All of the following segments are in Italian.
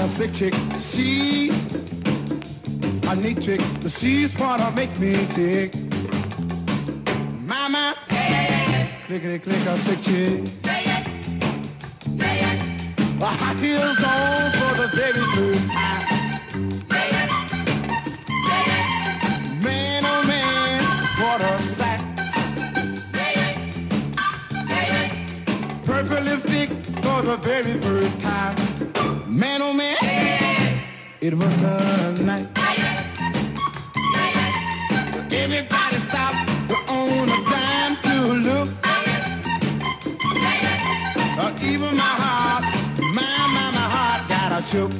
slick chick. She a neat chick. But she's what makes me tick. Mama, clickety click, a slick chick. High heels on for the very first time. Man, oh man, what a sight. Purple lipstick for the very first time. Man, oh man, it was a night. Everybody stopped on a dime to look. Even my heart, my heart got a shook.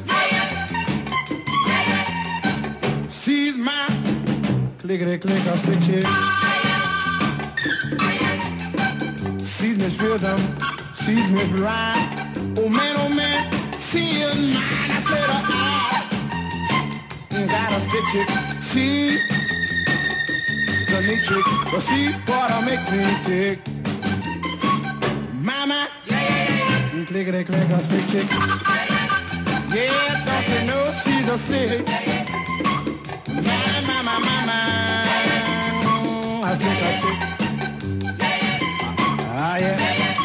She's my clickety click a slick chick. She's Miss Rhythm, she's Miss Rhyme. Oh man, she is mine. I said I got a slick chick. She's a neat chick, but she what makes me tick. Mama, clickety click a slick chick. Yeah, don't you know she's a slick. My, a slick a chick. Ah yeah,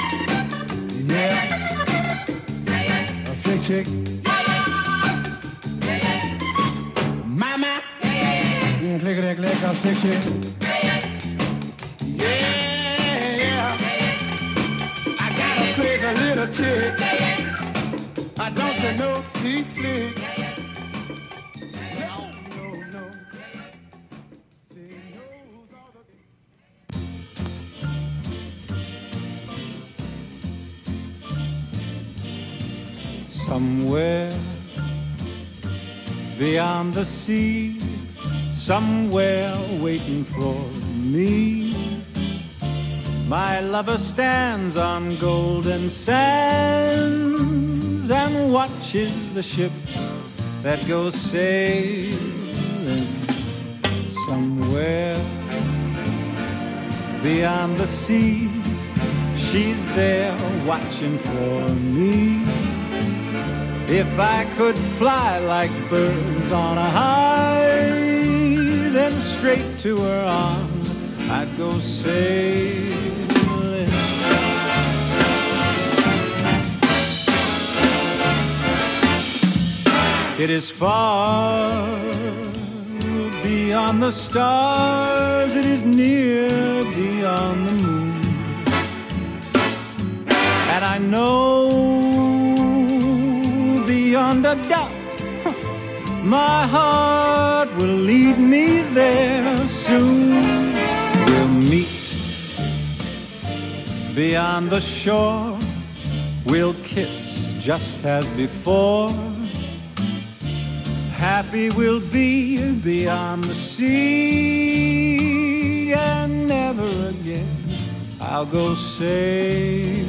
yeah, a slick chick. Mama, clickety click a slick chick. Yeah, I got a crazy little chick. Don't you know she's slick? No. She knows all the... Somewhere beyond the sea, somewhere waiting for me, my lover stands on golden sands and watches the ships that go sailing. Somewhere beyond the sea, she's there watching for me. If I could fly like birds on a high, then straight to her arms I'd go sailing. It is far beyond the stars, it is near beyond the moon, and I know beyond a doubt my heart will lead me there soon. We'll meet beyond the shore, we'll kiss just as before. Happy we'll be beyond the sea, and never again I'll go sailing.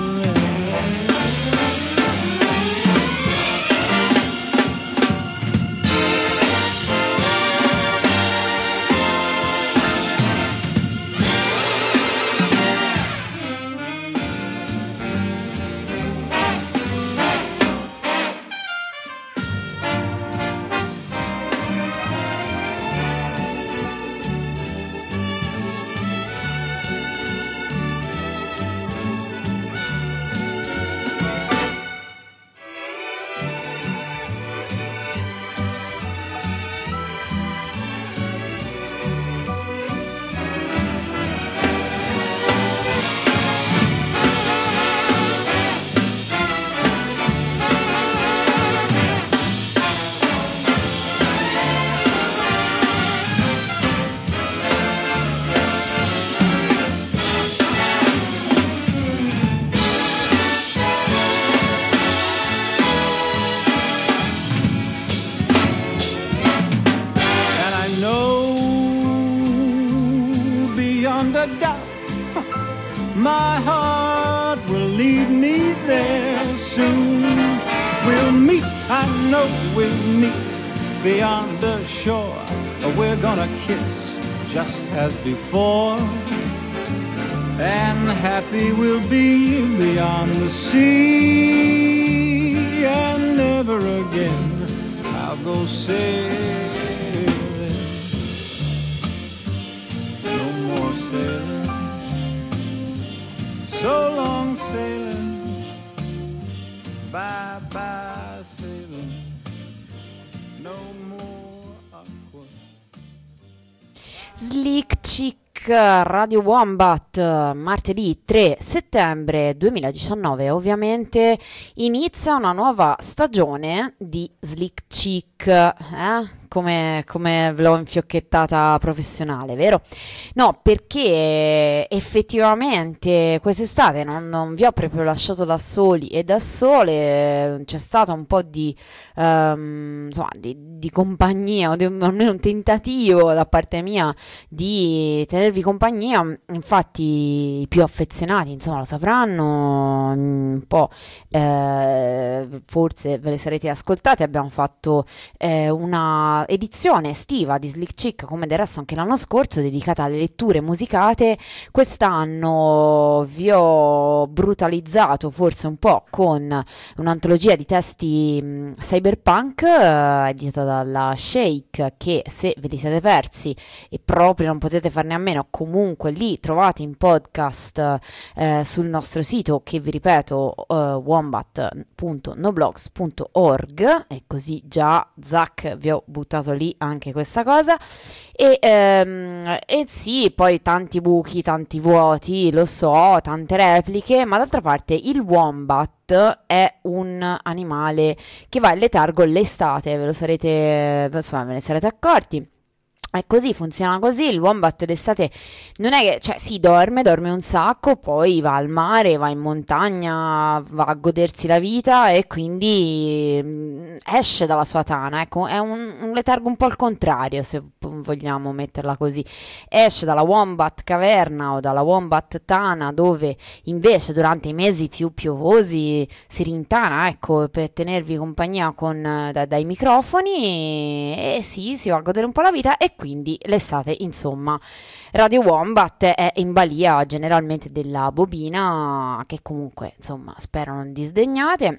My heart will lead me there soon. We'll meet, I know we'll meet beyond the shore. We're gonna kiss just as before, and happy we'll be beyond the sea, and never again I'll go sailing. No more sailing. So long sailing. Bye bye sailing. No more acqua. Slick Chick, Radio Wombat, martedì 3 settembre 2019. Ovviamente inizia una nuova stagione di Slick Chick, come ve l'ho infiocchettata professionale, vero? No, perché effettivamente quest'estate non vi ho proprio lasciato da soli e da sole. C'è stato un po' di insomma, di compagnia, o almeno un tentativo da parte mia di tenervi compagnia. Infatti i più affezionati, insomma, lo sapranno un po', forse ve le sarete ascoltate. Abbiamo fatto una edizione estiva di Slick Chick, come del resto anche l'anno scorso, dedicata alle letture musicate. Quest'anno vi ho brutalizzato forse un po' con un'antologia di testi cyberpunk, editata dalla Shake, che se ve li siete persi e proprio non potete farne a meno, comunque li trovate in podcast sul nostro sito, che vi ripeto, wombat.noblogs.org, e così già Zach vi ho buttato lì anche questa cosa. E sì, poi tanti buchi, tanti vuoti, lo so, tante repliche, ma d'altra parte il wombat è un animale che va in letargo l'estate, ve ne sarete accorti. È così, funziona così. Il wombat d'estate non è che, cioè, si dorme un sacco, poi va al mare, va in montagna, va a godersi la vita e quindi esce dalla sua tana. Ecco, è un letargo un po' al contrario, se vogliamo metterla così. Esce dalla wombat caverna o dalla wombat tana, dove invece durante i mesi più piovosi si rintana, ecco, per tenervi compagnia dai microfoni, e sì, si va a godere un po' la vita. E quindi l'estate, insomma, Radio Wombat è in balia generalmente della bobina, che comunque, insomma, spero non disdegnate.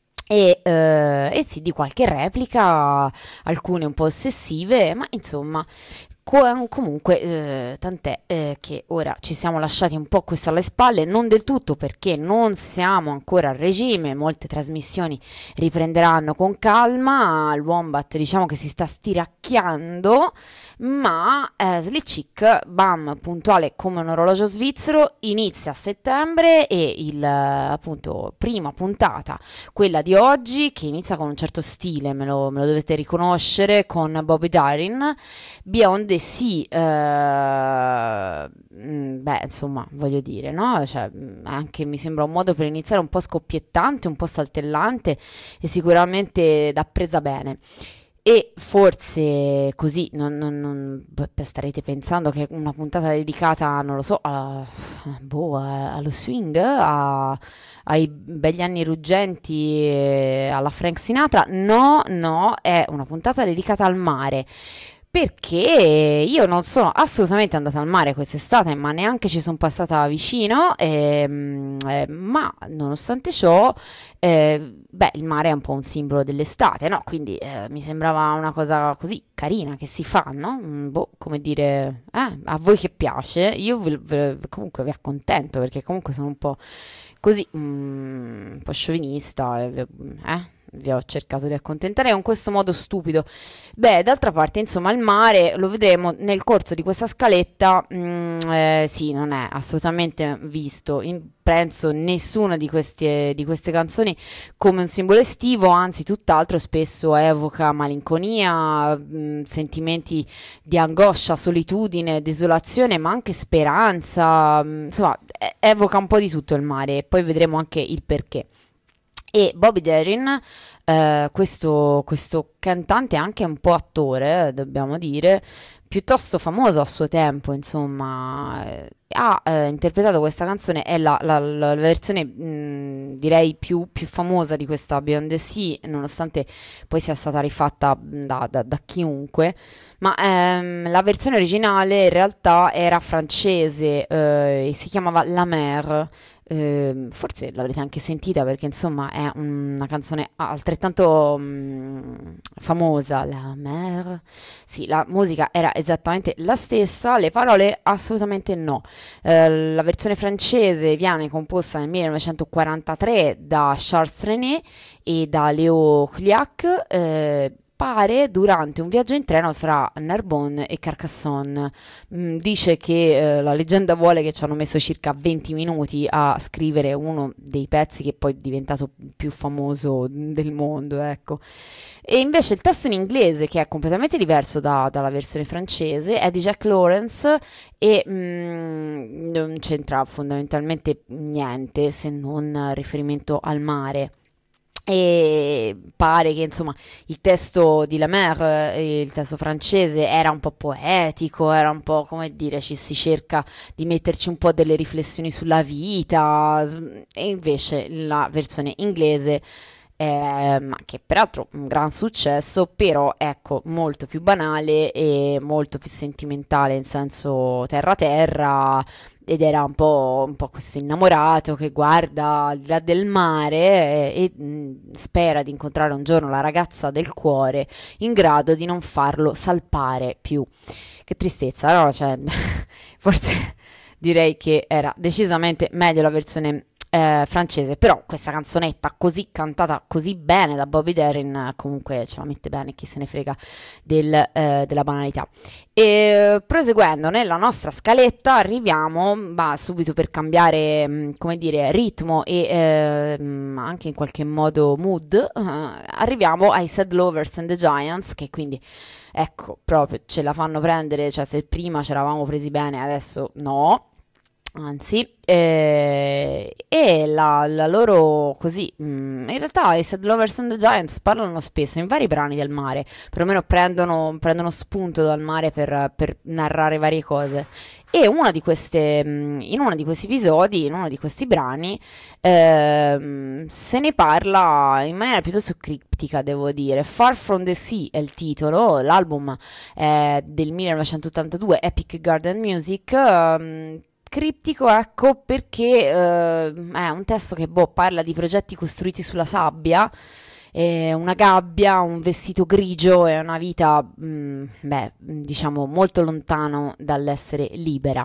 E sì, di qualche replica, alcune un po' ossessive, ma insomma, comunque tant'è che ora ci siamo lasciati un po' questo alle spalle, non del tutto, perché non siamo ancora a regime, molte trasmissioni riprenderanno con calma, il Wombat diciamo che si sta stiracchiando, ma Slick Chick, bam, puntuale come un orologio svizzero, inizia a settembre, e appunto prima puntata, quella di oggi, che inizia con un certo stile, me lo dovete riconoscere, con Bobby Darin, Beyond the Sea. Beh, insomma, voglio dire, no? Cioè, anche mi sembra un modo per iniziare un po' scoppiettante, un po' saltellante, e sicuramente da presa bene. E forse così starete pensando che una puntata dedicata, non lo so, allo swing, ai begli anni ruggenti, alla Frank Sinatra. No, è una puntata dedicata al mare, perché io non sono assolutamente andata al mare quest'estate, ma neanche ci sono passata vicino, ma nonostante ciò, il mare è un po' un simbolo dell'estate, no? Quindi mi sembrava una cosa così carina che si fa, no? Come dire, a voi che piace, io comunque vi accontento, perché comunque sono un po' così, un po' sciovinista, vi ho cercato di accontentare con questo modo stupido. Beh, d'altra parte, insomma, il mare lo vedremo nel corso di questa scaletta. Sì, non è assolutamente visto, penso, nessuna di queste canzoni come un simbolo estivo, anzi tutt'altro, spesso evoca malinconia, sentimenti di angoscia, solitudine, desolazione, ma anche speranza, insomma, evoca un po' di tutto il mare, e poi vedremo anche il perché. E Bobby Darin, questo cantante, anche un po' attore, dobbiamo dire, piuttosto famoso a suo tempo, insomma, ha interpretato questa canzone. È la versione direi più famosa di questa Beyond the Sea, nonostante poi sia stata rifatta da chiunque, ma la versione originale in realtà era francese, e si chiamava La Mer. forse l'avrete anche sentita perché insomma è una canzone altrettanto famosa. La mer, sì, la musica era esattamente la stessa, le parole assolutamente no. La versione francese viene composta nel 1943 da Charles Trenet e da Léo Chliac, pare durante un viaggio in treno fra Narbonne e Carcassonne. Dice che la leggenda vuole che ci hanno messo circa 20 minuti a scrivere uno dei pezzi che poi è diventato più famoso del mondo, ecco. E invece il testo in inglese, che è completamente diverso dalla versione francese, è di Jack Lawrence e non c'entra fondamentalmente niente se non riferimento al mare. E pare che insomma il testo di La Mer, il testo francese, era un po' poetico, era un po', come dire, ci si cerca di metterci un po' delle riflessioni sulla vita, e invece la versione inglese, ma che peraltro un gran successo, però ecco molto più banale e molto più sentimentale in senso terra, ed era un po' questo innamorato che guarda al di là del mare e spera di incontrare un giorno la ragazza del cuore in grado di non farlo salpare più. Che tristezza, no? Cioè, forse direi che era decisamente meglio la versione francese, però questa canzonetta così cantata così bene da Bobby Darin comunque ce la mette bene, chi se ne frega della banalità. E proseguendo nella nostra scaletta arriviamo subito, per cambiare come dire ritmo e anche in qualche modo mood, arriviamo ai Sad Lovers and the Giants, che quindi ecco proprio ce la fanno prendere, cioè se prima ci eravamo presi bene adesso no. Anzi, e la loro così, in realtà i Sad Lovers and the Giants parlano spesso in vari brani del mare, perlomeno prendono spunto dal mare per narrare varie cose. E in uno di questi episodi, in uno di questi brani, se ne parla in maniera piuttosto criptica, devo dire. Far From the Sea è il titolo, l'album è del 1982, Epic Garden Music. Criptico, ecco, perché è un testo che parla di progetti costruiti sulla sabbia, una gabbia, un vestito grigio e una vita, diciamo, molto lontano dall'essere libera.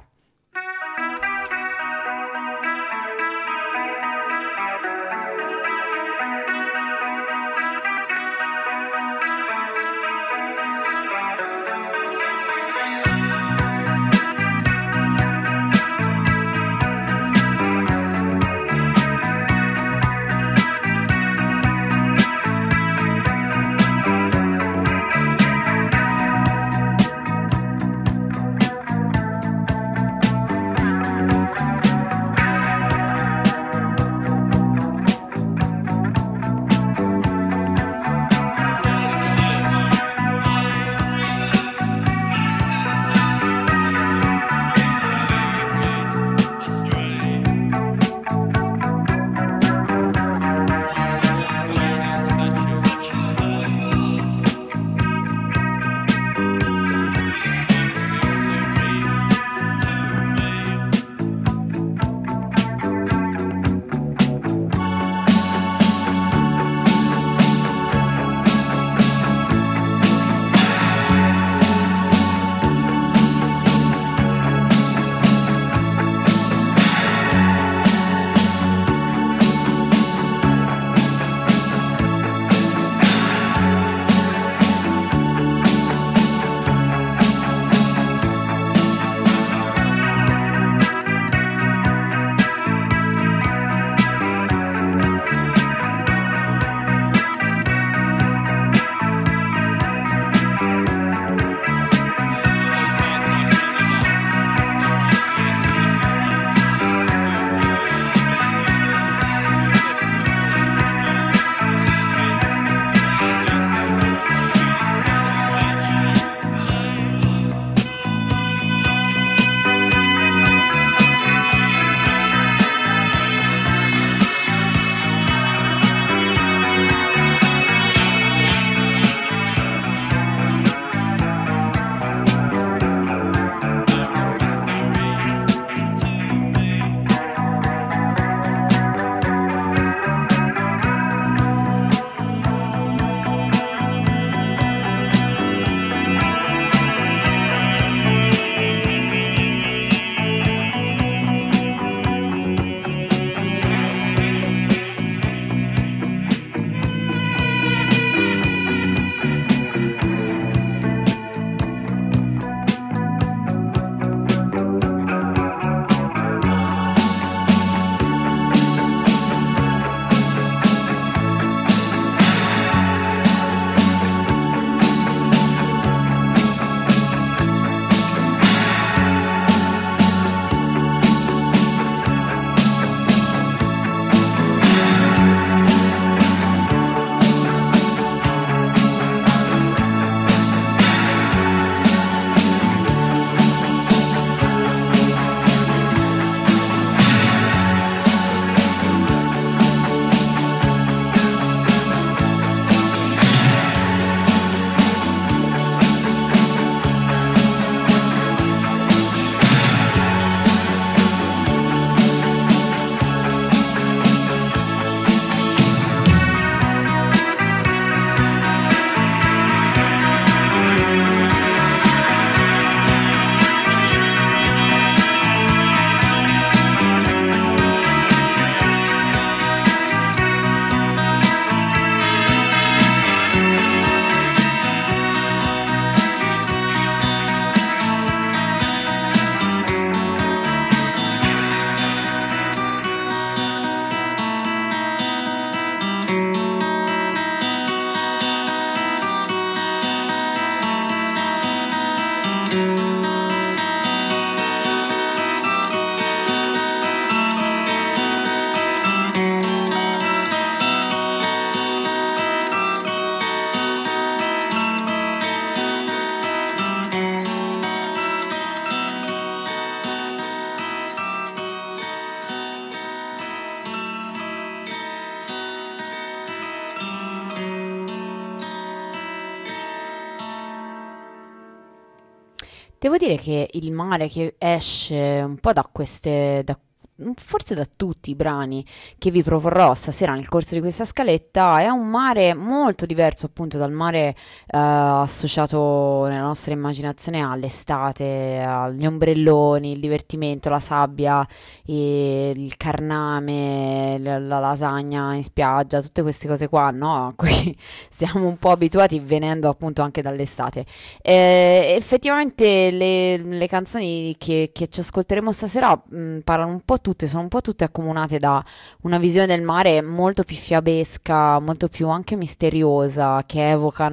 Devo dire che il mare che esce un po' da forse da tutti i brani che vi proporrò stasera nel corso di questa scaletta, è un mare molto diverso appunto dal mare associato nella nostra immaginazione all'estate, agli ombrelloni, il divertimento, la sabbia, il carname, la lasagna in spiaggia, tutte queste cose qua, no? A cui siamo un po' abituati venendo appunto anche dall'estate. Effettivamente le canzoni che ci ascolteremo stasera parlano un po' tutte, sono un po' tutte accomunate da una visione del mare molto più fiabesca, molto più anche misteriosa, che evoca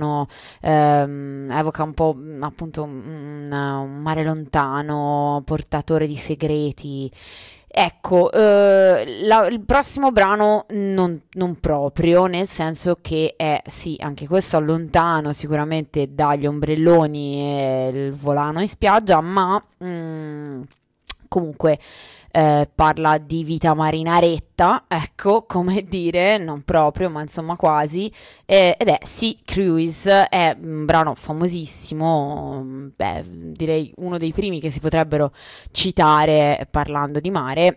un po' appunto un mare lontano, portatore di segreti. Ecco, il prossimo brano non proprio, nel senso che è, sì, anche questo lontano sicuramente dagli ombrelloni e il volano in spiaggia, ma comunque parla di vita marinaretta, ecco, come dire, non proprio, ma insomma quasi, ed è Sea Cruise, è un brano famosissimo, beh, direi uno dei primi che si potrebbero citare parlando di mare,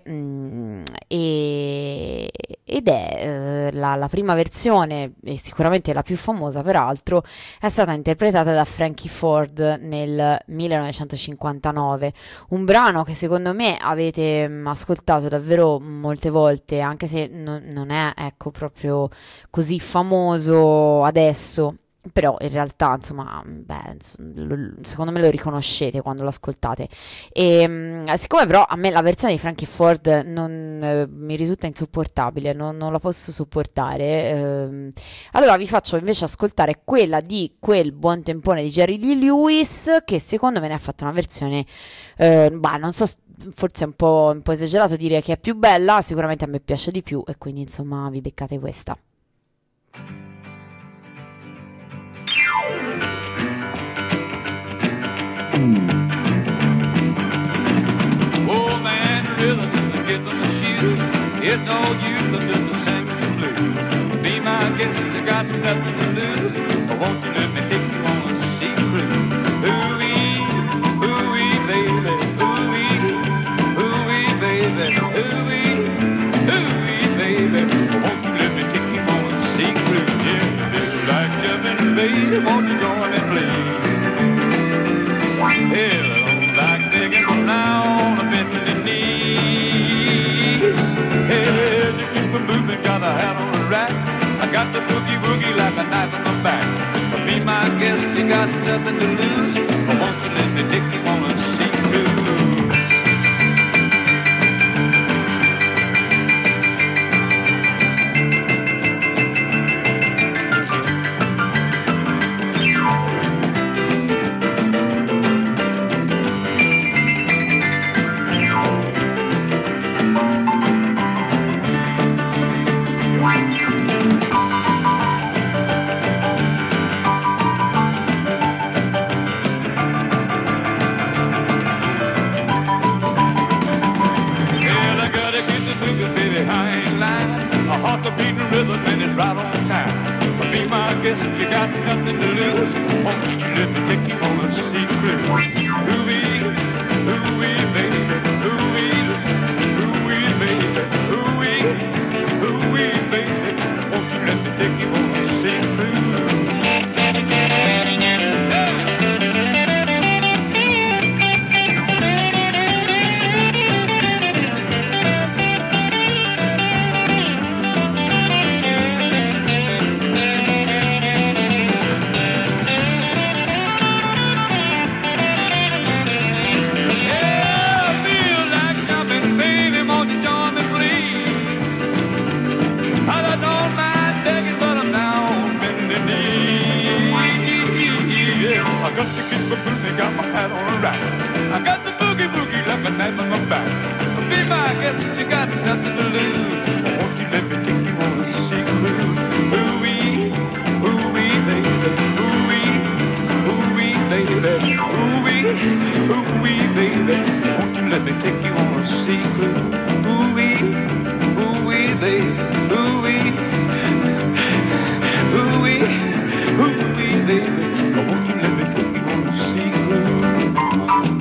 ed è la prima versione, e sicuramente la più famosa peraltro, è stata interpretata da Frankie Ford nel 1959, un brano che secondo me avete ascoltato davvero molte volte, anche se non è, ecco, proprio così famoso adesso, però in realtà insomma, beh, secondo me lo riconoscete quando lo ascoltate. E siccome però a me la versione di Frankie Ford non mi risulta insopportabile, non la posso sopportare, allora vi faccio invece ascoltare quella di quel buon tempone di Jerry Lee Lewis, che secondo me ne ha fatto una versione, bah, non so, forse è un po' esagerato dire che è più bella, sicuramente a me piace di più, e quindi insomma vi beccate questa. Oh man, rhythm, get on the shoes. It no use to just sing the blues. Be my guest, I got nothing to lose. Won't you let me take you on a sea cruise? Ooh-wee, ooh-wee, baby, ooh-wee, ooh-wee, baby, ooh-wee, ooh-wee, baby. Won't you let me take you on a sea cruise? Yeah, you like jumping, baby, won't you join me, please? Hell, I don't like digging now on a bending knees. Hey, to keep me moving, got a hat on the rack. I got the boogie woogie like a knife in my back. But be my guest, you got nothing to lose. Or won't you let me take you on a sea cruise? The beating rhythm and it's right on time. But be my guest, you got nothing to lose. Won't you let me take you on a sea cruise? Ooh-wee, ooh-wee, baby, ooh-wee, ooh-wee, baby, ooh-wee, ooh-wee, baby. Won't you let me take you on a sea cruise? I got to keep my boogie, got my hat on a rack. I got the boogie woogie like a knife on my back. Be my guest, you got nothing to lose. Won't you let me take you on a sea cruise? Ooh-wee, ooh-wee, baby, ooh-wee, ooh-wee, baby, ooh-wee, ooh-wee, baby. Won't you let me take you on a sea cruise? Ooh-wee, ooh-wee, baby, ooh-wee, ooh-wee, ooh-wee, baby. Won't you let me take you on a sea cruise?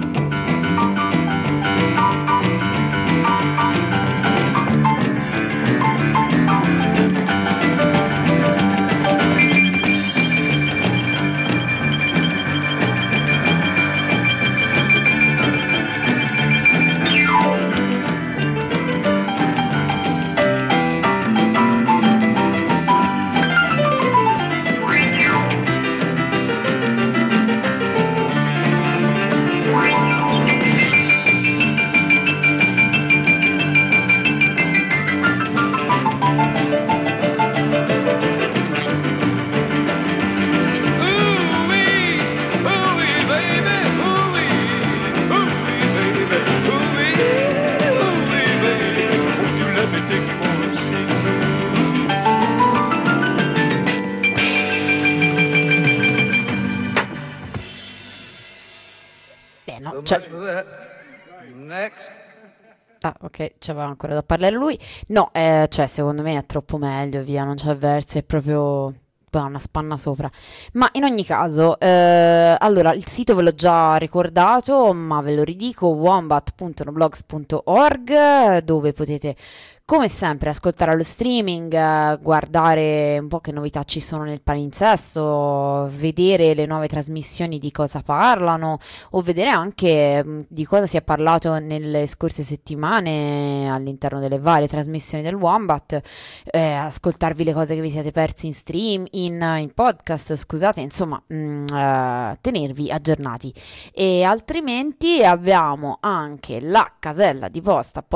no, So cioè, much for that. Next. ah, ok, c'aveva ancora da parlare lui. No, cioè, secondo me è troppo meglio, via, non c'è verso, è proprio poi ha una spanna sopra. Ma in ogni caso, allora, il sito ve l'ho già ricordato, ma ve lo ridico, wombat.noblogs.org, dove potete, come sempre, ascoltare lo streaming, guardare un po' che novità ci sono nel palinsesto, vedere le nuove trasmissioni di cosa parlano, o vedere anche di cosa si è parlato nelle scorse settimane all'interno delle varie trasmissioni del Wombat, ascoltarvi le cose che vi siete persi in stream, in podcast, scusate, insomma, tenervi aggiornati. E altrimenti abbiamo anche la casella di posta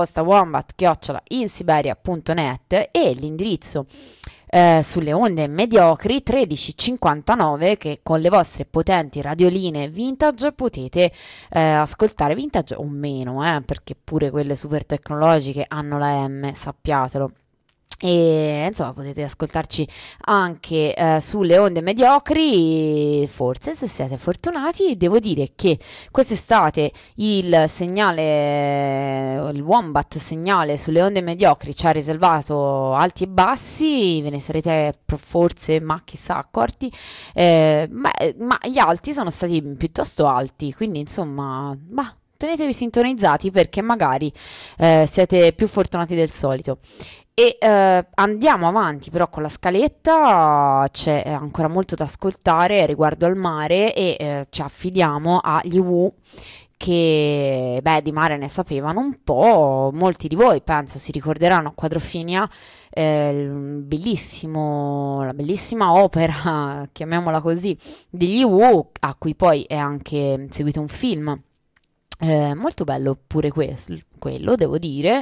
wombat@insiberia.net e l'indirizzo sulle onde mediocri 1359, che con le vostre potenti radioline vintage potete ascoltare, vintage o meno, perché pure quelle super tecnologiche hanno la M, sappiatelo. E insomma potete ascoltarci anche sulle onde mediocri, forse se siete fortunati. Devo dire che quest'estate il segnale, il Wombat segnale sulle onde mediocri ci ha riservato alti e bassi, ve ne sarete forse, ma chissà, accorti, ma gli alti sono stati piuttosto alti, quindi insomma, tenetevi sintonizzati perché magari siete più fortunati del solito. E andiamo avanti però con la scaletta, c'è ancora molto da ascoltare riguardo al mare e ci affidiamo agli Who, che di mare ne sapevano un po'. Molti di voi penso si ricorderanno a Quadrofinia la bellissima opera, chiamiamola così, degli Who, a cui poi è anche seguito un film. Molto bello pure quello, devo dire,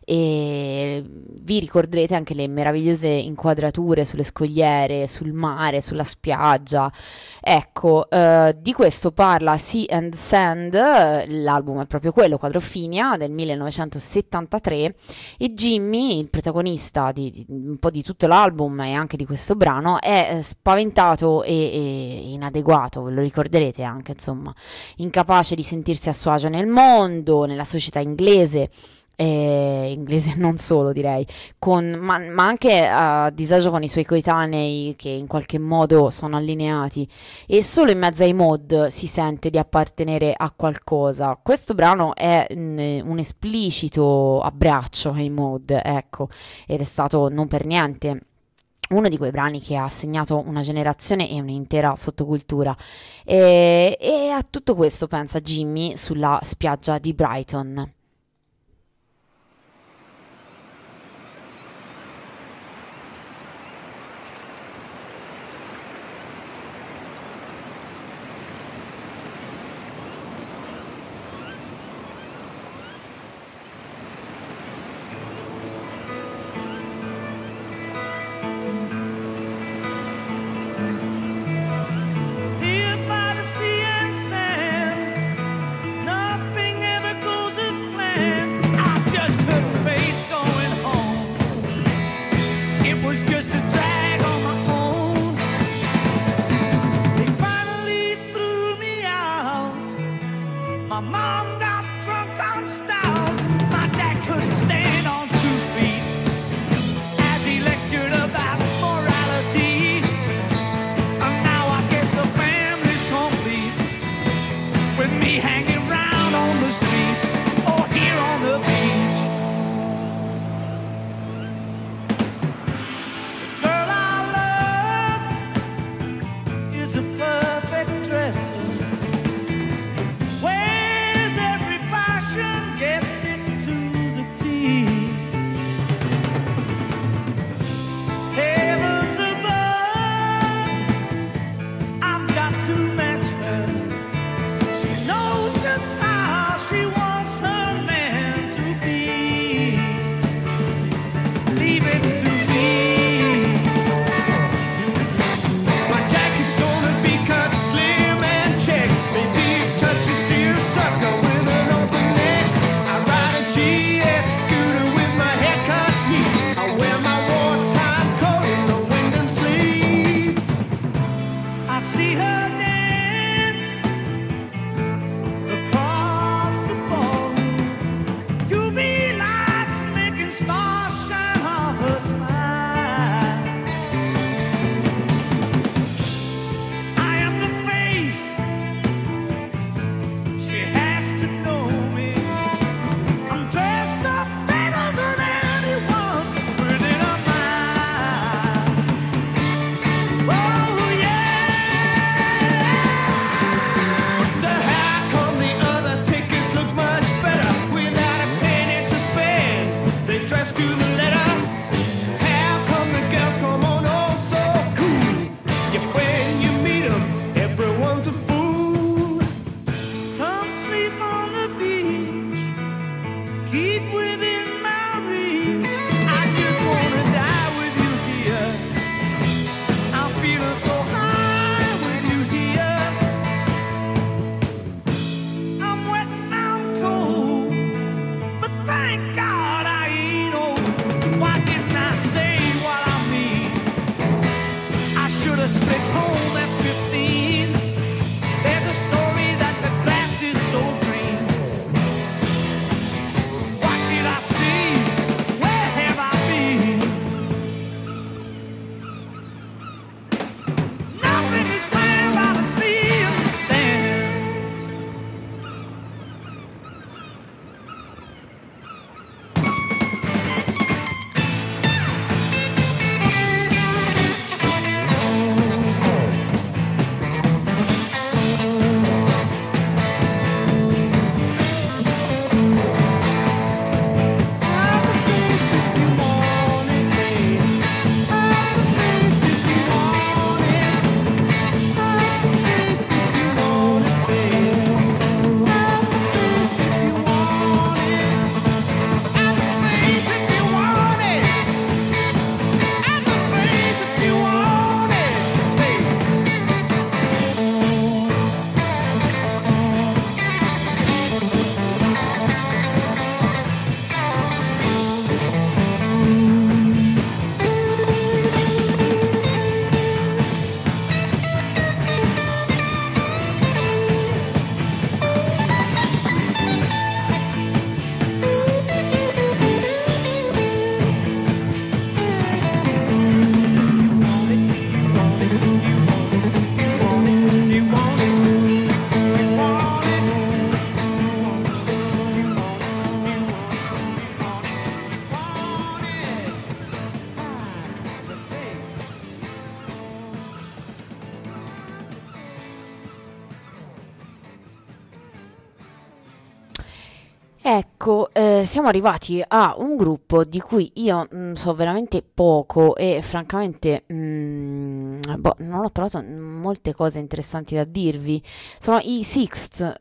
e vi ricorderete anche le meravigliose inquadrature sulle scogliere, sul mare, sulla spiaggia. Ecco, di questo parla Sea and Sand, l'album è proprio quello, Quadrofinia, del 1973, e Jimmy, il protagonista di un po' di tutto l'album e anche di questo brano, è spaventato e inadeguato, ve lo ricorderete anche, insomma, incapace di sentirsi a suo agio nel mondo, nella società inglese, inglese non solo direi, ma anche a disagio con i suoi coetanei che in qualche modo sono allineati, e solo in mezzo ai mod si sente di appartenere a qualcosa. Questo brano è un esplicito abbraccio ai mod, ecco, ed è stato non per niente uno di quei brani che ha segnato una generazione e un'intera sottocultura. E a tutto questo pensa Jimmy sulla spiaggia di Brighton. Here by the sea and sand, nothing ever goes as planned. Ecco, siamo arrivati a un gruppo di cui io so veramente poco e francamente non ho trovato molte cose interessanti da dirvi. Sono i Sixt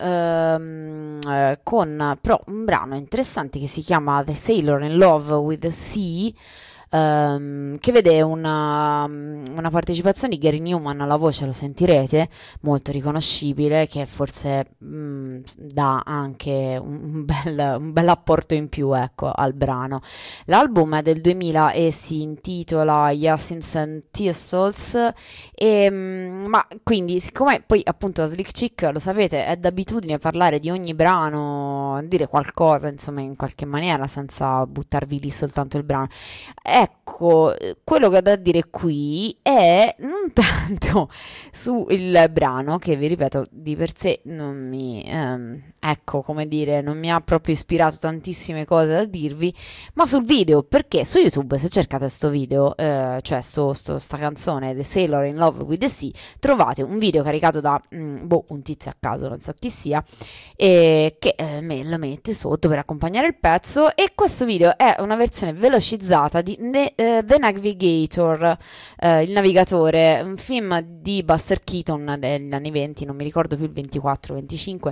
con però un brano interessante che si chiama The Sailor in Love with the Sea. Che vede una partecipazione di Gary Newman alla voce, lo sentirete, molto riconoscibile, che forse dà anche un bel apporto in più, ecco, al brano. L'album è del 2000 e si intitola Yasin's and Thistles, ma quindi, siccome poi appunto a Slick Chick, lo sapete, è d'abitudine parlare di ogni brano, dire qualcosa, insomma, in qualche maniera, senza buttarvi lì soltanto il brano. Ecco, quello che ho da dire qui è non tanto sul brano, che vi ripeto, di per sé non mi, ecco, come dire, non mi ha proprio ispirato tantissime cose da dirvi, ma sul video, perché su YouTube, se cercate sto video, cioè sta canzone The Sailor in Love with the Sea, trovate un video caricato da un tizio a caso, non so chi sia, che lo mette sotto per accompagnare il pezzo, e questo video è una versione velocizzata di The Navigator, il navigatore, un film di Buster Keaton degli anni 20, non mi ricordo più il 24-25,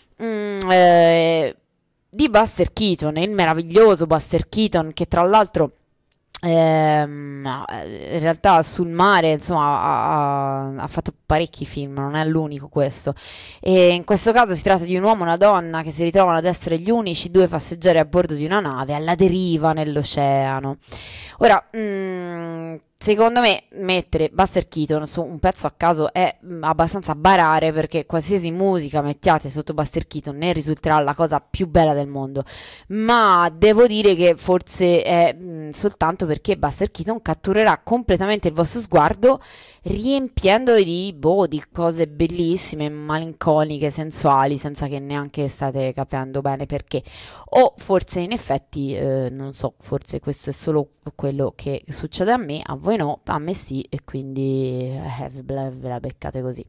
di Buster Keaton, il meraviglioso Buster Keaton, che tra l'altro in realtà sul mare, insomma, ha fatto parecchi film, non è l'unico questo, e in questo caso si tratta di un uomo e una donna che si ritrovano ad essere gli unici due passeggeri a bordo di una nave alla deriva nell'oceano. Ora, secondo me mettere Buster Keaton su un pezzo a caso è abbastanza barare, perché qualsiasi musica mettiate sotto Buster Keaton ne risulterà la cosa più bella del mondo, ma devo dire che forse è soltanto perché Buster Keaton catturerà completamente il vostro sguardo, riempiendo di cose bellissime, malinconiche, sensuali, senza che neanche state capendo bene perché. O forse in effetti, non so, forse questo è solo quello che succede a me, a voi no, a me sì, e quindi ve la beccate così.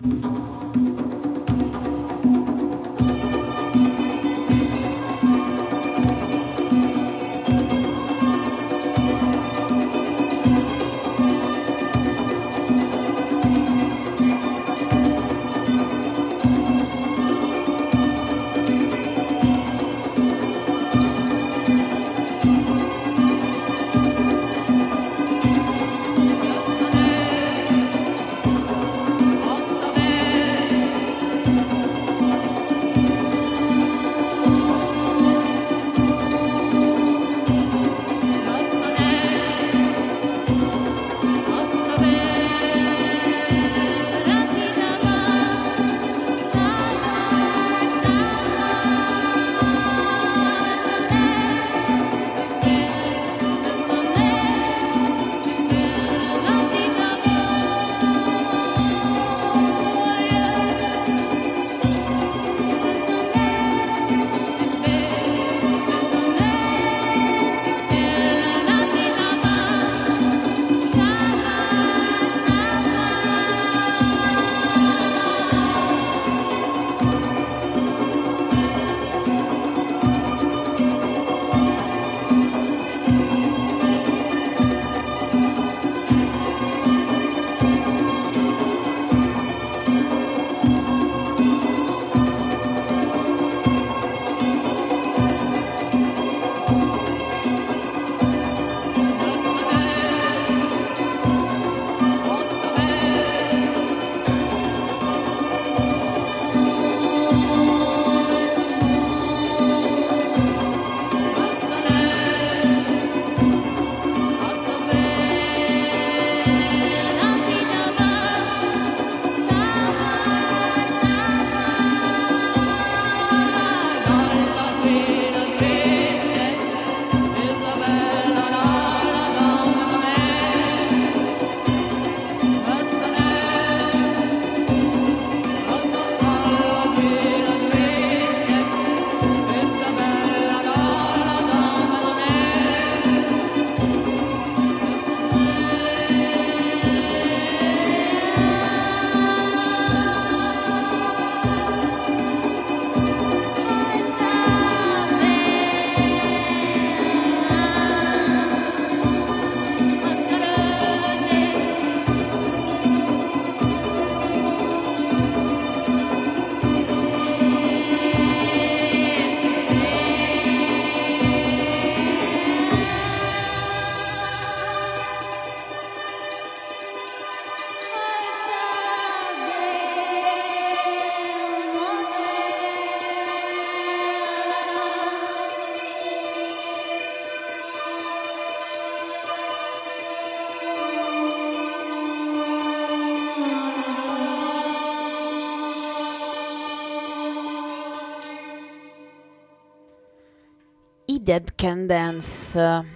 I Dead Can Dance.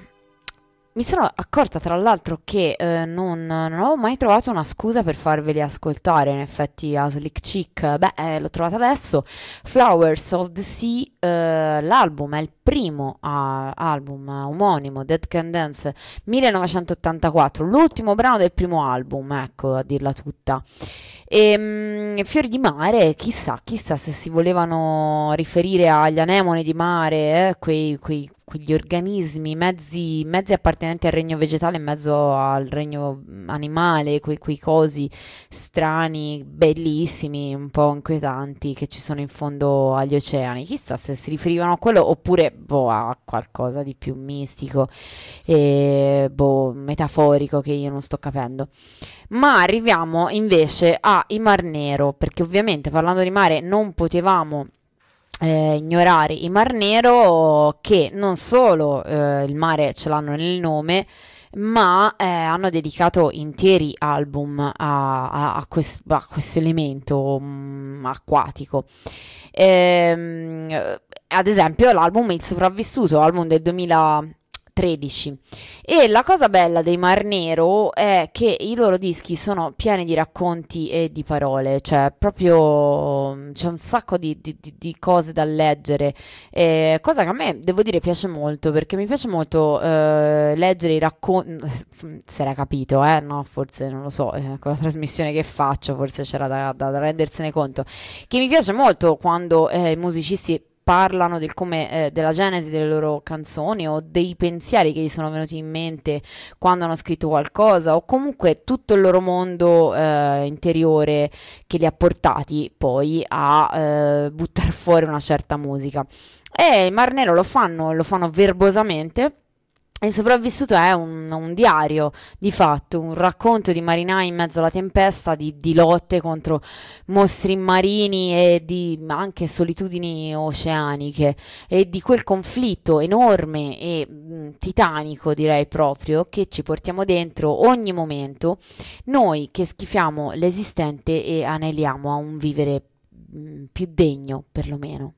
Mi sono accorta tra l'altro che non avevo mai trovato una scusa per farveli ascoltare, in effetti a Slick Chick, l'ho trovata adesso. Flowers of the Sea, l'album è il primo album omonimo, Dead Can Dance 1984, l'ultimo brano del primo album, ecco, a dirla tutta. Fiori di mare, chissà se si volevano riferire agli anemoni di mare, quegli organismi, mezzi appartenenti al regno vegetale in mezzo al regno animale, quei cosi strani, bellissimi, un po' inquietanti che ci sono in fondo agli oceani. Chissà se si riferivano a quello oppure a qualcosa di più mistico e metaforico che io non sto capendo. Ma arriviamo invece a I Mar Nero, perché ovviamente parlando di mare non potevamo ignorare I Mar Nero, che non solo il mare ce l'hanno nel nome, ma hanno dedicato interi album a questo elemento acquatico. Ad esempio l'album Il Sopravvissuto, album del 2003, 13. E la cosa bella dei Mar Nero è che i loro dischi sono pieni di racconti e di parole, cioè proprio c'è un sacco di cose da leggere, cosa che a me, devo dire, piace molto, perché mi piace molto leggere i racconti, si era capito, no? Forse non lo so, con la trasmissione che faccio forse c'era da rendersene conto, che mi piace molto quando i musicisti parlano del come, della genesi delle loro canzoni o dei pensieri che gli sono venuti in mente quando hanno scritto qualcosa, o comunque tutto il loro mondo interiore che li ha portati poi a buttare fuori una certa musica. E i Mar Nero lo fanno verbosamente. Il sopravvissuto è un diario, di fatto, un racconto di marinai in mezzo alla tempesta, di lotte contro mostri marini e di anche solitudini oceaniche, e di quel conflitto enorme e titanico, direi proprio, che ci portiamo dentro ogni momento, noi che schifiamo l'esistente e aneliamo a un vivere più degno, perlomeno.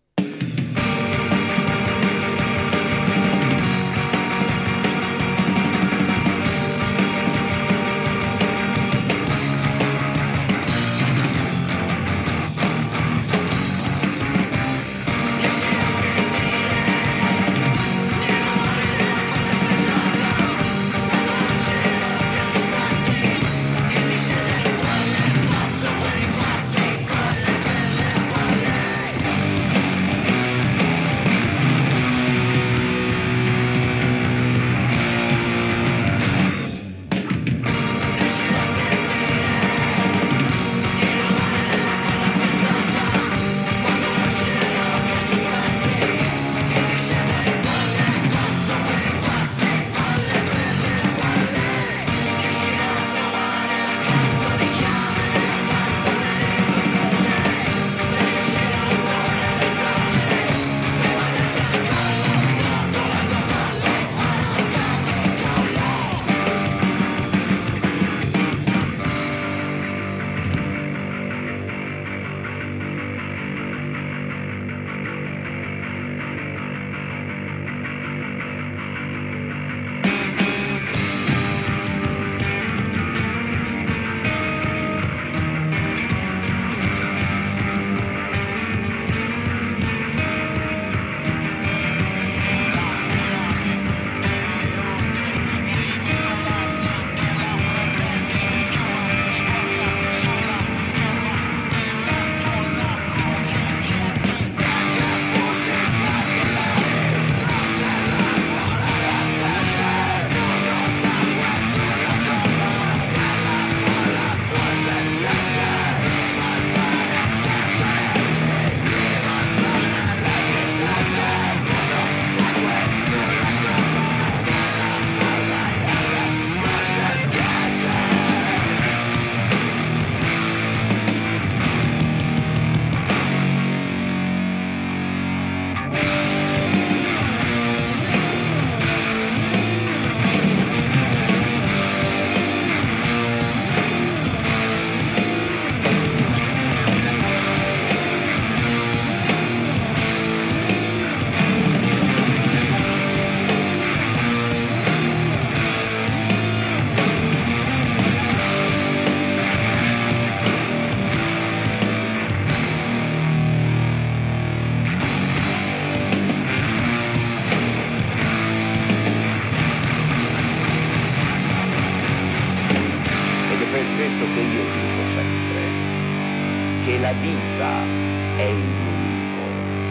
la vita è il nemico.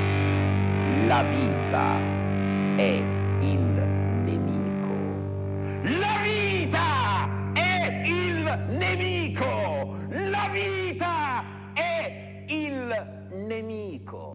La vita è il nemico. La vita è il nemico. La vita è il nemico.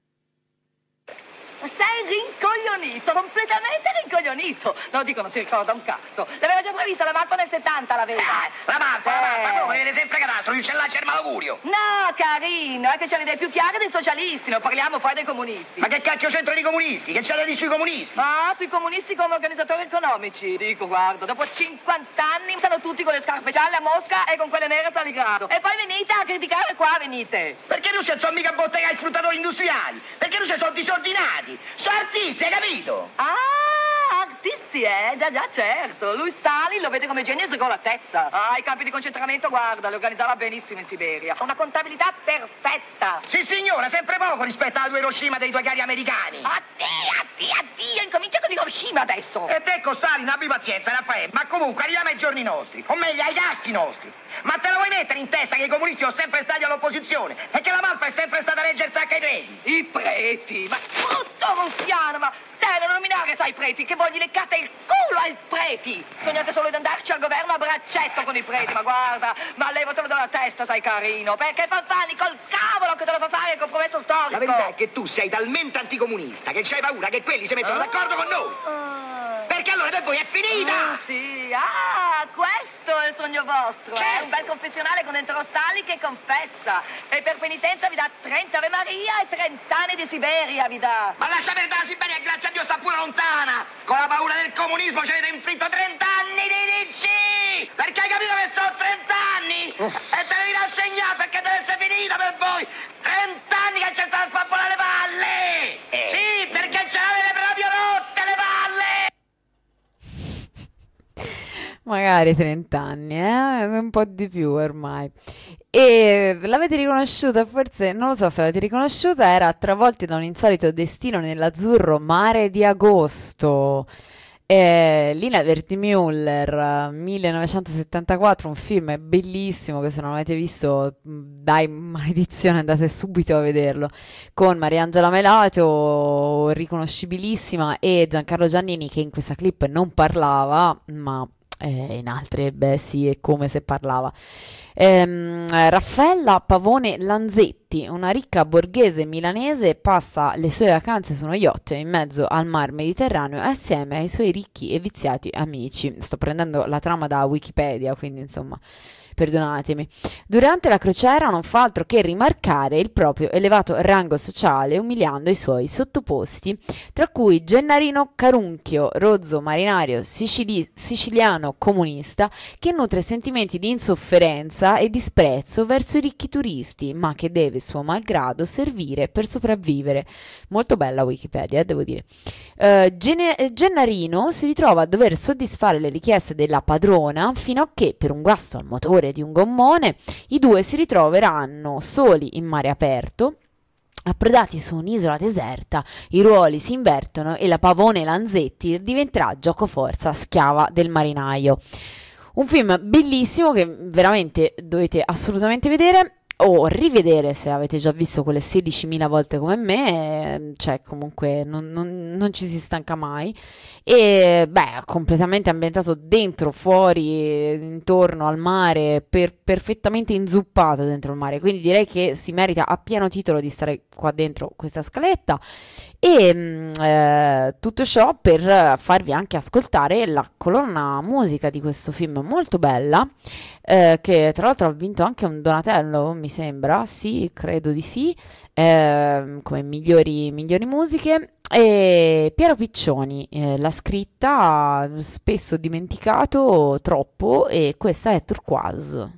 Sei rincoglionito, completamente rincoglionito. No, dico, non si ricorda un cazzo. L'aveva già prevista la mappa nel 70, la vedi? La mappa, come vede sempre cadastro, il cellaccio il malaugurio. No, carino, è che c'è le idee più chiare dei socialisti, non parliamo poi dei comunisti. Ma che cacchio c'entrano i comunisti? Che c'è da dire sui comunisti? Ah, sui comunisti come organizzatori economici. Dico, guarda, dopo 50 anni stanno tutti con le scarpe gialle a Mosca e con quelle nere a Stalingrado. E poi venite a criticare qua, venite. Perché non si sono mica bottegai sfruttatori industriali? Perché non si sono disordinati? Sono artisti, hai capito? Ah, artisti, già, già, certo. Lui Stalin lo vede come genio secolatezza. I campi di concentramento, guarda, li organizzava benissimo in Siberia. Una contabilità perfetta. Sì, signora, sempre poco rispetto alla tua Hiroshima dei tuoi cari americani. Addio, incomincia con Hiroshima adesso. E te, con Stalin, abbi pazienza, Raffaele. Ma comunque, arriviamo ai giorni nostri. O meglio, ai gatti nostri. Ma te lo vuoi mettere in testa che i comunisti sono sempre stati all'opposizione e che la Malfa è sempre stata a reggersi anche ai preti? I preti, ma tutto ruffiano, ma te non nominare sai i preti, che voi gli leccate il culo ai preti. Sognate solo di andarci al governo a braccetto con i preti, ma guarda, ma levatelo dalla testa, sai carino, perché Fanfani col cavolo che te lo fa fare il compromesso storico. La verità è che tu sei talmente anticomunista che c'hai paura che quelli si mettono d'accordo con noi. Perché allora per voi è finita! Sì, questo è il sogno vostro, Certo. Un bel confessionale con dentro Stalin che confessa. E per penitenza vi dà 30 Ave Maria e 30 anni di Siberia vi dà. Ma lascia perdere la Siberia, grazie a Dio sta pure lontana! Con la paura del comunismo ci avete inflitto 30 anni di DC! Perché hai capito che sono 30 anni? E te devi rassegnare perché deve essere finita per voi! 30 anni che c'è stato a spappolare le palle! Sì, perché ce l'avete proprio rotte le palle! Magari 30 anni, un po' di più ormai. E l'avete riconosciuta, forse, non lo so se l'avete riconosciuta, era Travolti da un insolito destino nell'azzurro mare di agosto. Lina Wertmüller, 1974, un film bellissimo che se non l'avete visto, dai, maledizione, andate subito a vederlo, con Mariangela Melato, riconoscibilissima, e Giancarlo Giannini, che in questa clip non parlava, ma in altre, beh sì, è come se parlava. Raffaella Pavone Lanzetti, una ricca borghese milanese, passa le sue vacanze su uno yacht in mezzo al mar Mediterraneo assieme ai suoi ricchi e viziati amici. Sto prendendo la trama da Wikipedia, quindi insomma, perdonatemi. Durante la crociera non fa altro che rimarcare il proprio elevato rango sociale, umiliando i suoi sottoposti, tra cui Gennarino Carunchio, rozzo marinario siciliano comunista, che nutre sentimenti di insofferenza e disprezzo verso i ricchi turisti, ma che deve, suo malgrado, servire per sopravvivere. Molto bella Wikipedia, devo dire. Gennarino si ritrova a dover soddisfare le richieste della padrona fino a che, per un guasto al motore di un gommone, i due si ritroveranno soli in mare aperto. Approdati su un'isola deserta, i ruoli si invertono e la Pavone Lanzetti diventerà giocoforza schiava del marinaio. Un film bellissimo che veramente dovete assolutamente vedere o rivedere se avete già visto quelle 16.000 volte come me, cioè comunque non ci si stanca mai. E beh, completamente ambientato dentro, fuori, intorno al mare, perfettamente inzuppato dentro il mare, quindi direi che si merita a pieno titolo di stare qua dentro questa scaletta. E tutto ciò per farvi anche ascoltare la colonna musica di questo film molto bella, che tra l'altro ha vinto anche un Donatello, mi sembra, sì, credo di sì, come migliori musiche. E Piero Piccioni l'ha scritta, spesso dimenticato, troppo, e questa è Turquoise.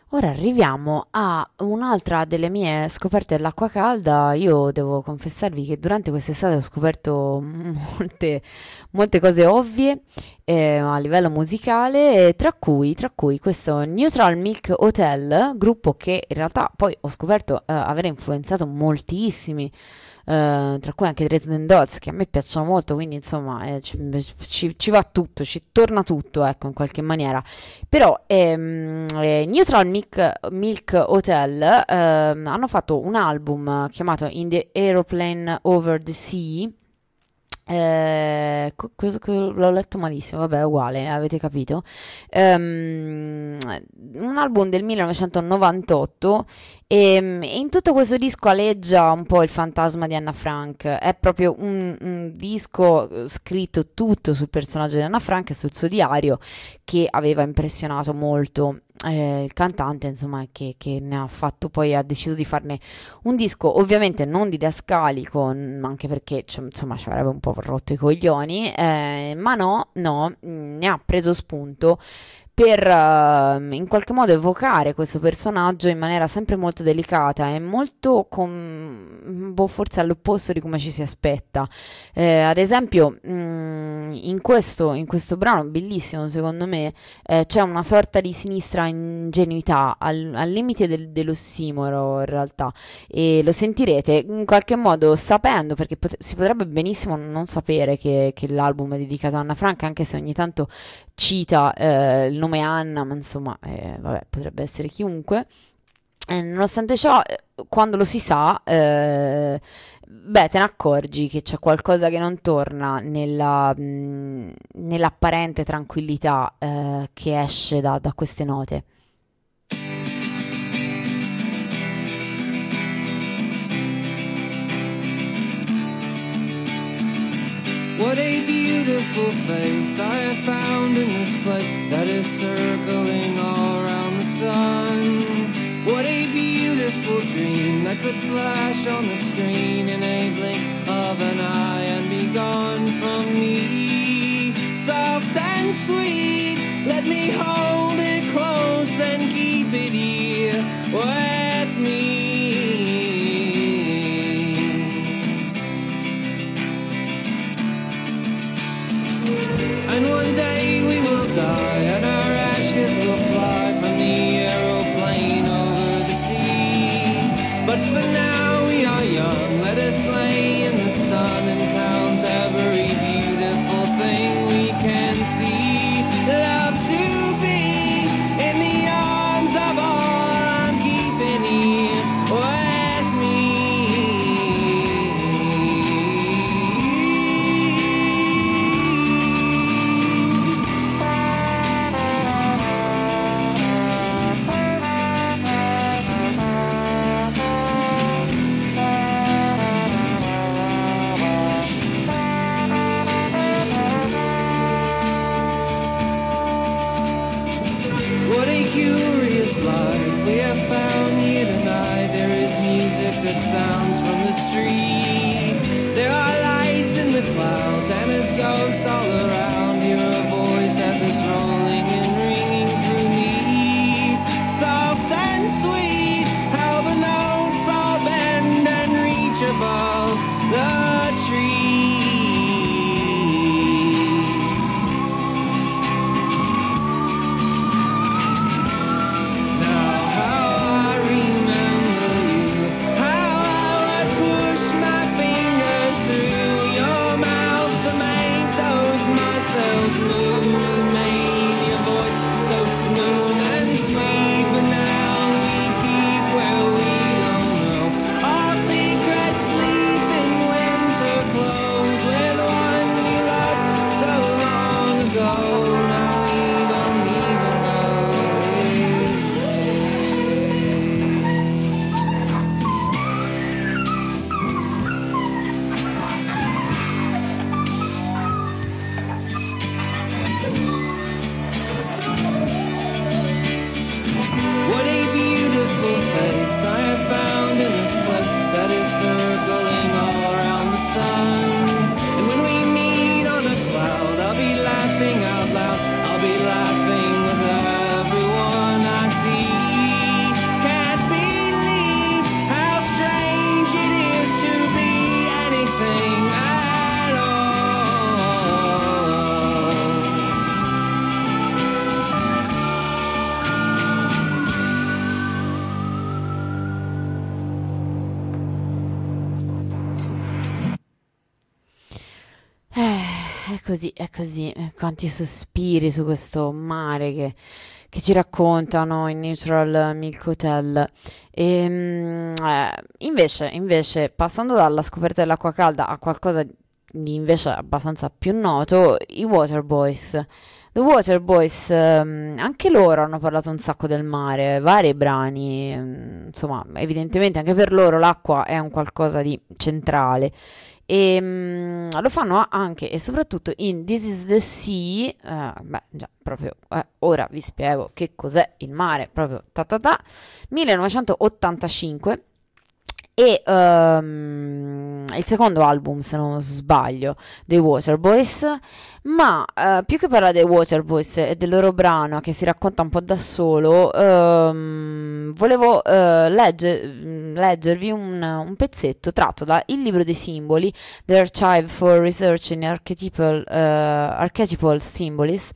Ora arriviamo a un'altra delle mie scoperte dell'acqua calda. Io devo confessarvi che durante quest'estate ho scoperto molte cose ovvie a livello musicale, tra cui questo Neutral Milk Hotel, gruppo che in realtà poi ho scoperto aver influenzato moltissimi, tra cui anche Dresden Dolls, che a me piacciono molto, quindi insomma ci va tutto, ci torna tutto, ecco, in qualche maniera. Però Neutral Milk Hotel hanno fatto un album chiamato In the Aeroplane Over the Sea. L'ho letto malissimo, vabbè, è uguale, avete capito. Un album del 1998 e in tutto questo disco aleggia un po' il fantasma di Anna Frank. È proprio un disco scritto tutto sul personaggio di Anna Frank e sul suo diario, che aveva impressionato molto il cantante, insomma, che ne ha fatto, poi ha deciso di farne un disco, ovviamente non didascalico, anche perché insomma ci avrebbe un po' rotto i coglioni, ma no, ne ha preso spunto per in qualche modo evocare questo personaggio in maniera sempre molto delicata e molto forse all'opposto di come ci si aspetta. Ad esempio, in questo brano, bellissimo secondo me, c'è una sorta di sinistra ingenuità al limite dell'ossimoro in realtà, e lo sentirete in qualche modo sapendo, perché si potrebbe benissimo non sapere che l'album è dedicato a Anna Frank, anche se ogni tanto cita il nome Anna, ma insomma, vabbè, potrebbe essere chiunque. Nonostante ciò, quando lo si sa, te ne accorgi che c'è qualcosa che non torna nell'apparente tranquillità che esce da queste note. What a beautiful face I have found in this place that is circling all around the sun. What a beautiful dream that could flash on the screen in a blink of an eye and be gone from me. Soft and sweet, let me hold it close and keep it here with me. And one day we will die and our ashes will fly from the aeroplane over the sea. But for now we are young, let us lay in the sun and count every beautiful thing we can see. Love to be in the arms of all I'm keeping here with me. What a curious life we have found here tonight. There is music that sounds from the street. There are lights in the clouds and there's ghosts all around. Hear a voice as it's rolling and ringing through me. Soft and sweet, how the notes all bend and reach above the tree. Close. è così, quanti sospiri su questo mare che ci raccontano in Neutral Milk Hotel. Invece, passando dalla scoperta dell'acqua calda a qualcosa di invece abbastanza più noto, i Waterboys. The Waterboys, anche loro hanno parlato un sacco del mare, vari brani, insomma, evidentemente anche per loro l'acqua è un qualcosa di centrale. E lo fanno anche e soprattutto in This is the Sea, proprio ora vi spiego che cos'è il mare, proprio 1985. E il secondo album, se non sbaglio, dei Waterboys, ma più che parlare dei Waterboys e del loro brano che si racconta un po' da solo, volevo leggervi un pezzetto tratto da Il libro dei simboli, The Archive for Research in Archetypal Symbolism.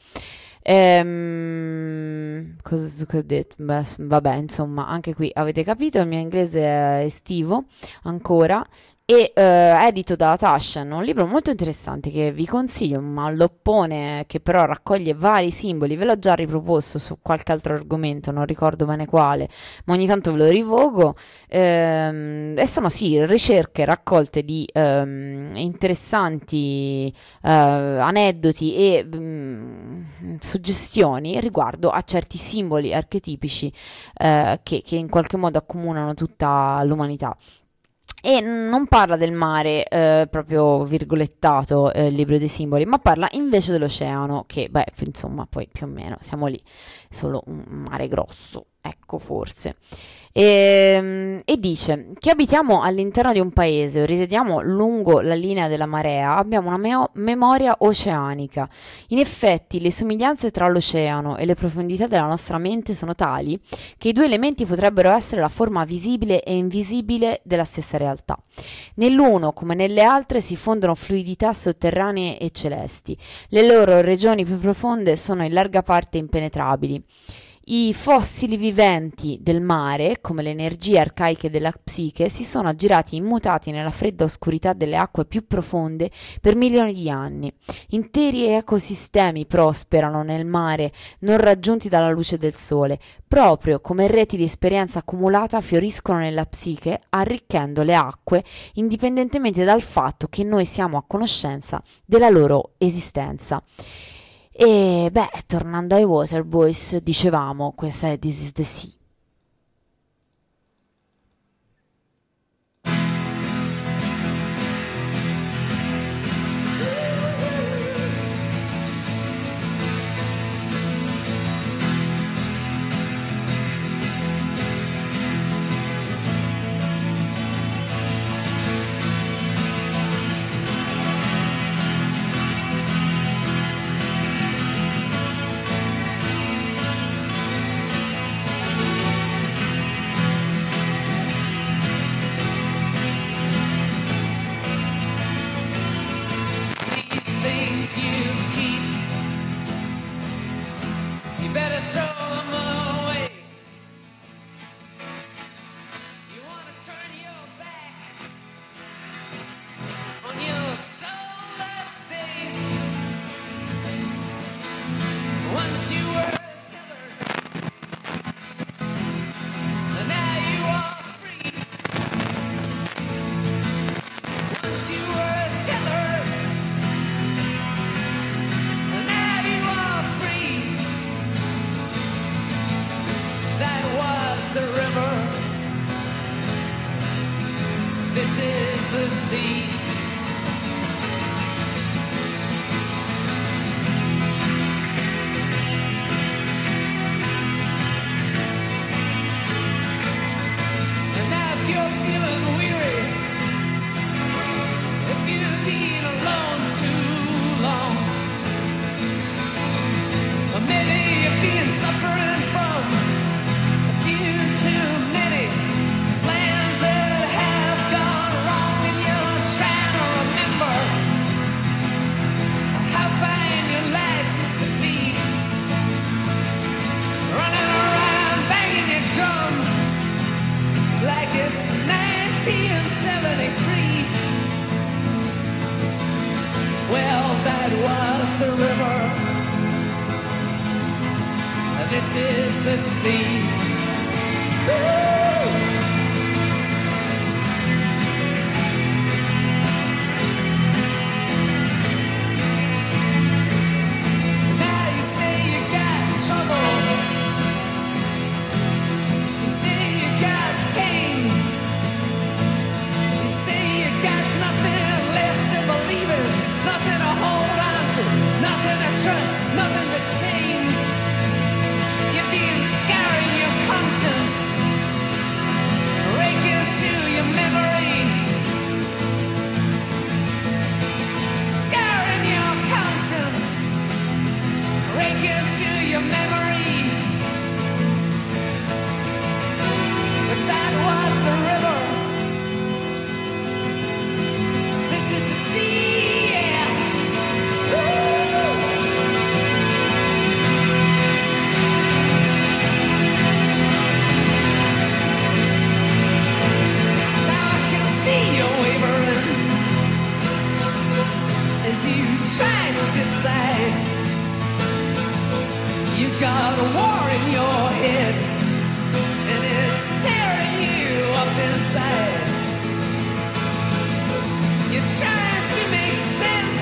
Cosa ho detto? Beh, vabbè, insomma, anche qui avete capito, il mio inglese è estivo ancora. E edito da Taschen, un libro molto interessante che vi consiglio, un malloppone che però raccoglie vari simboli. Ve l'ho già riproposto su qualche altro argomento, non ricordo bene quale, ma ogni tanto ve lo rivogo. E sono sì ricerche raccolte di interessanti aneddoti e suggestioni riguardo a certi simboli archetipici che in qualche modo accomunano tutta l'umanità. E non parla del mare proprio virgolettato, il libro dei simboli, ma parla invece dell'oceano, che beh, insomma, poi più o meno siamo lì, solo un mare grosso, ecco, forse. E dice: che abitiamo all'interno di un paese o risiediamo lungo la linea della marea, abbiamo una memoria oceanica. In effetti, le somiglianze tra l'oceano e le profondità della nostra mente sono tali che i due elementi potrebbero essere la forma visibile e invisibile della stessa realtà. Nell'uno, come nelle altre, si fondono fluidità sotterranee e celesti. Le loro regioni più profonde sono in larga parte impenetrabili. I fossili viventi del mare, come le energie arcaiche della psiche, si sono aggirati immutati nella fredda oscurità delle acque più profonde per milioni di anni. Interi ecosistemi prosperano nel mare, non raggiunti dalla luce del sole, proprio come reti di esperienza accumulata fioriscono nella psiche, arricchendo le acque, indipendentemente dal fatto che noi siamo a conoscenza della loro esistenza. E beh, tornando ai Waterboys, dicevamo, questa è This is the Sea. This is the sea. And now if you're feeling weary, if you've been alone too long, or maybe you've been suffering from a few too many plans that have gone wrong, and you're trying to remember how fine your life used to be, running around banging your drum like it's 1973. Well, that was was the river. This is the sea. Now you say you got trouble. You say you got pain. You say you got nothing left to believe in, nothing to hold on to, nothing to trust, nothing but chains. You're being scarring your conscience, raking to your memory, scarring your conscience, raking to your memory. But that was the river. This is the sea, yeah. Now I can see you wavering as you try to decide. You got a war in your head, and it's tearing you up inside. You're trying to make sense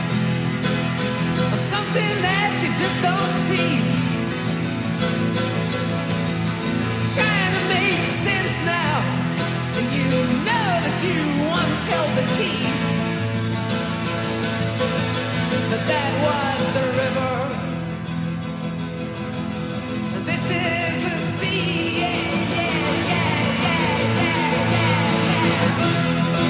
of something that you just don't see. Trying to make sense now, and you know that you once held the key. But that was the river. And this is the sea. Yeah, yeah, yeah, yeah, yeah,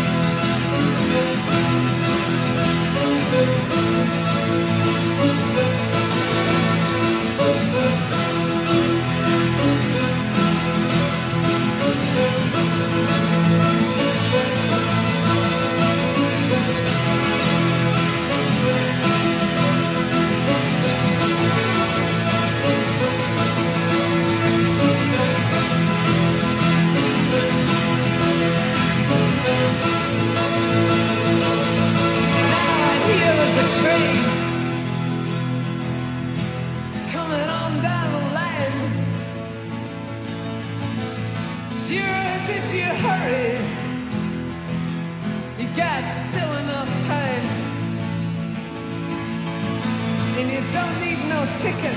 train. It's coming on down the line. Sure as if you hurry, you got still enough time. And you don't need no ticket,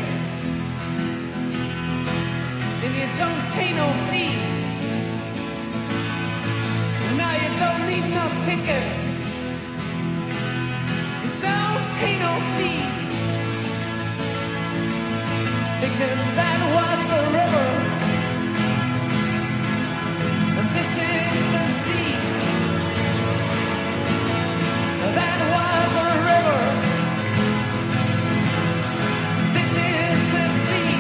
and you don't pay no fee. No, you don't need no ticket, pay no fee, because that was the river, and this is the sea. That was the river, this is the sea.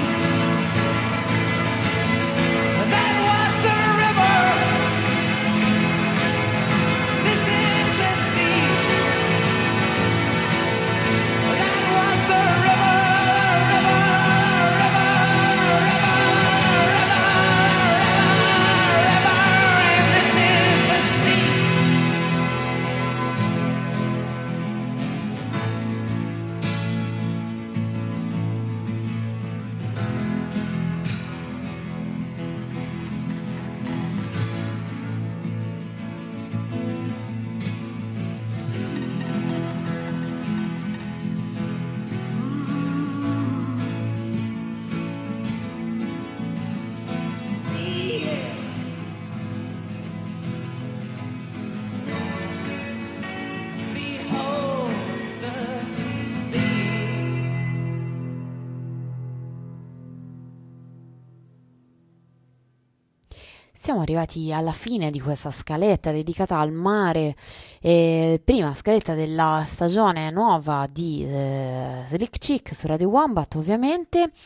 That was the river, this is the sea. Siamo arrivati alla fine di questa scaletta dedicata al mare, prima scaletta della stagione nuova di Slick Chick su Radio Wombat ovviamente,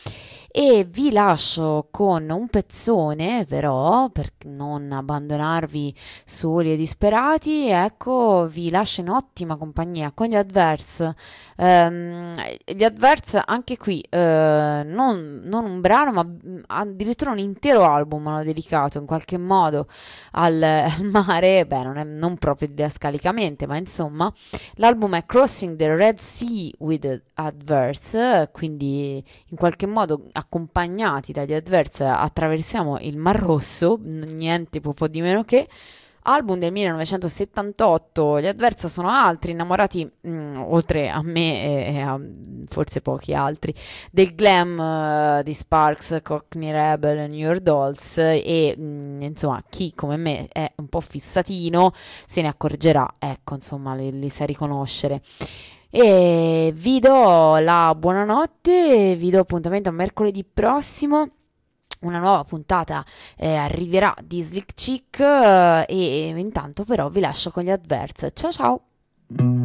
e vi lascio con un pezzone, però, per non abbandonarvi soli e disperati, ecco, vi lascio in ottima compagnia con gli Adverts. Gli Adverts anche qui, non un brano, ma addirittura un intero album hanno dedicato in qualche modo al mare, beh, non proprio didascalicamente, ma insomma, l'album è Crossing the Red Sea with the Adverts, quindi in qualche modo accompagnati dagli Adverts attraversiamo il Mar Rosso, niente po' di meno che. Album del 1978, gli Adverts sono altri innamorati, oltre a me e a forse pochi altri, del glam di Sparks, Cockney Rebel, New York Dolls e insomma chi come me è un po' fissatino se ne accorgerà, ecco, insomma li sa riconoscere. E vi do la buonanotte, vi do appuntamento a mercoledì prossimo. Una nuova puntata arriverà di Slick Chick e intanto però vi lascio con gli Adverts. Ciao ciao!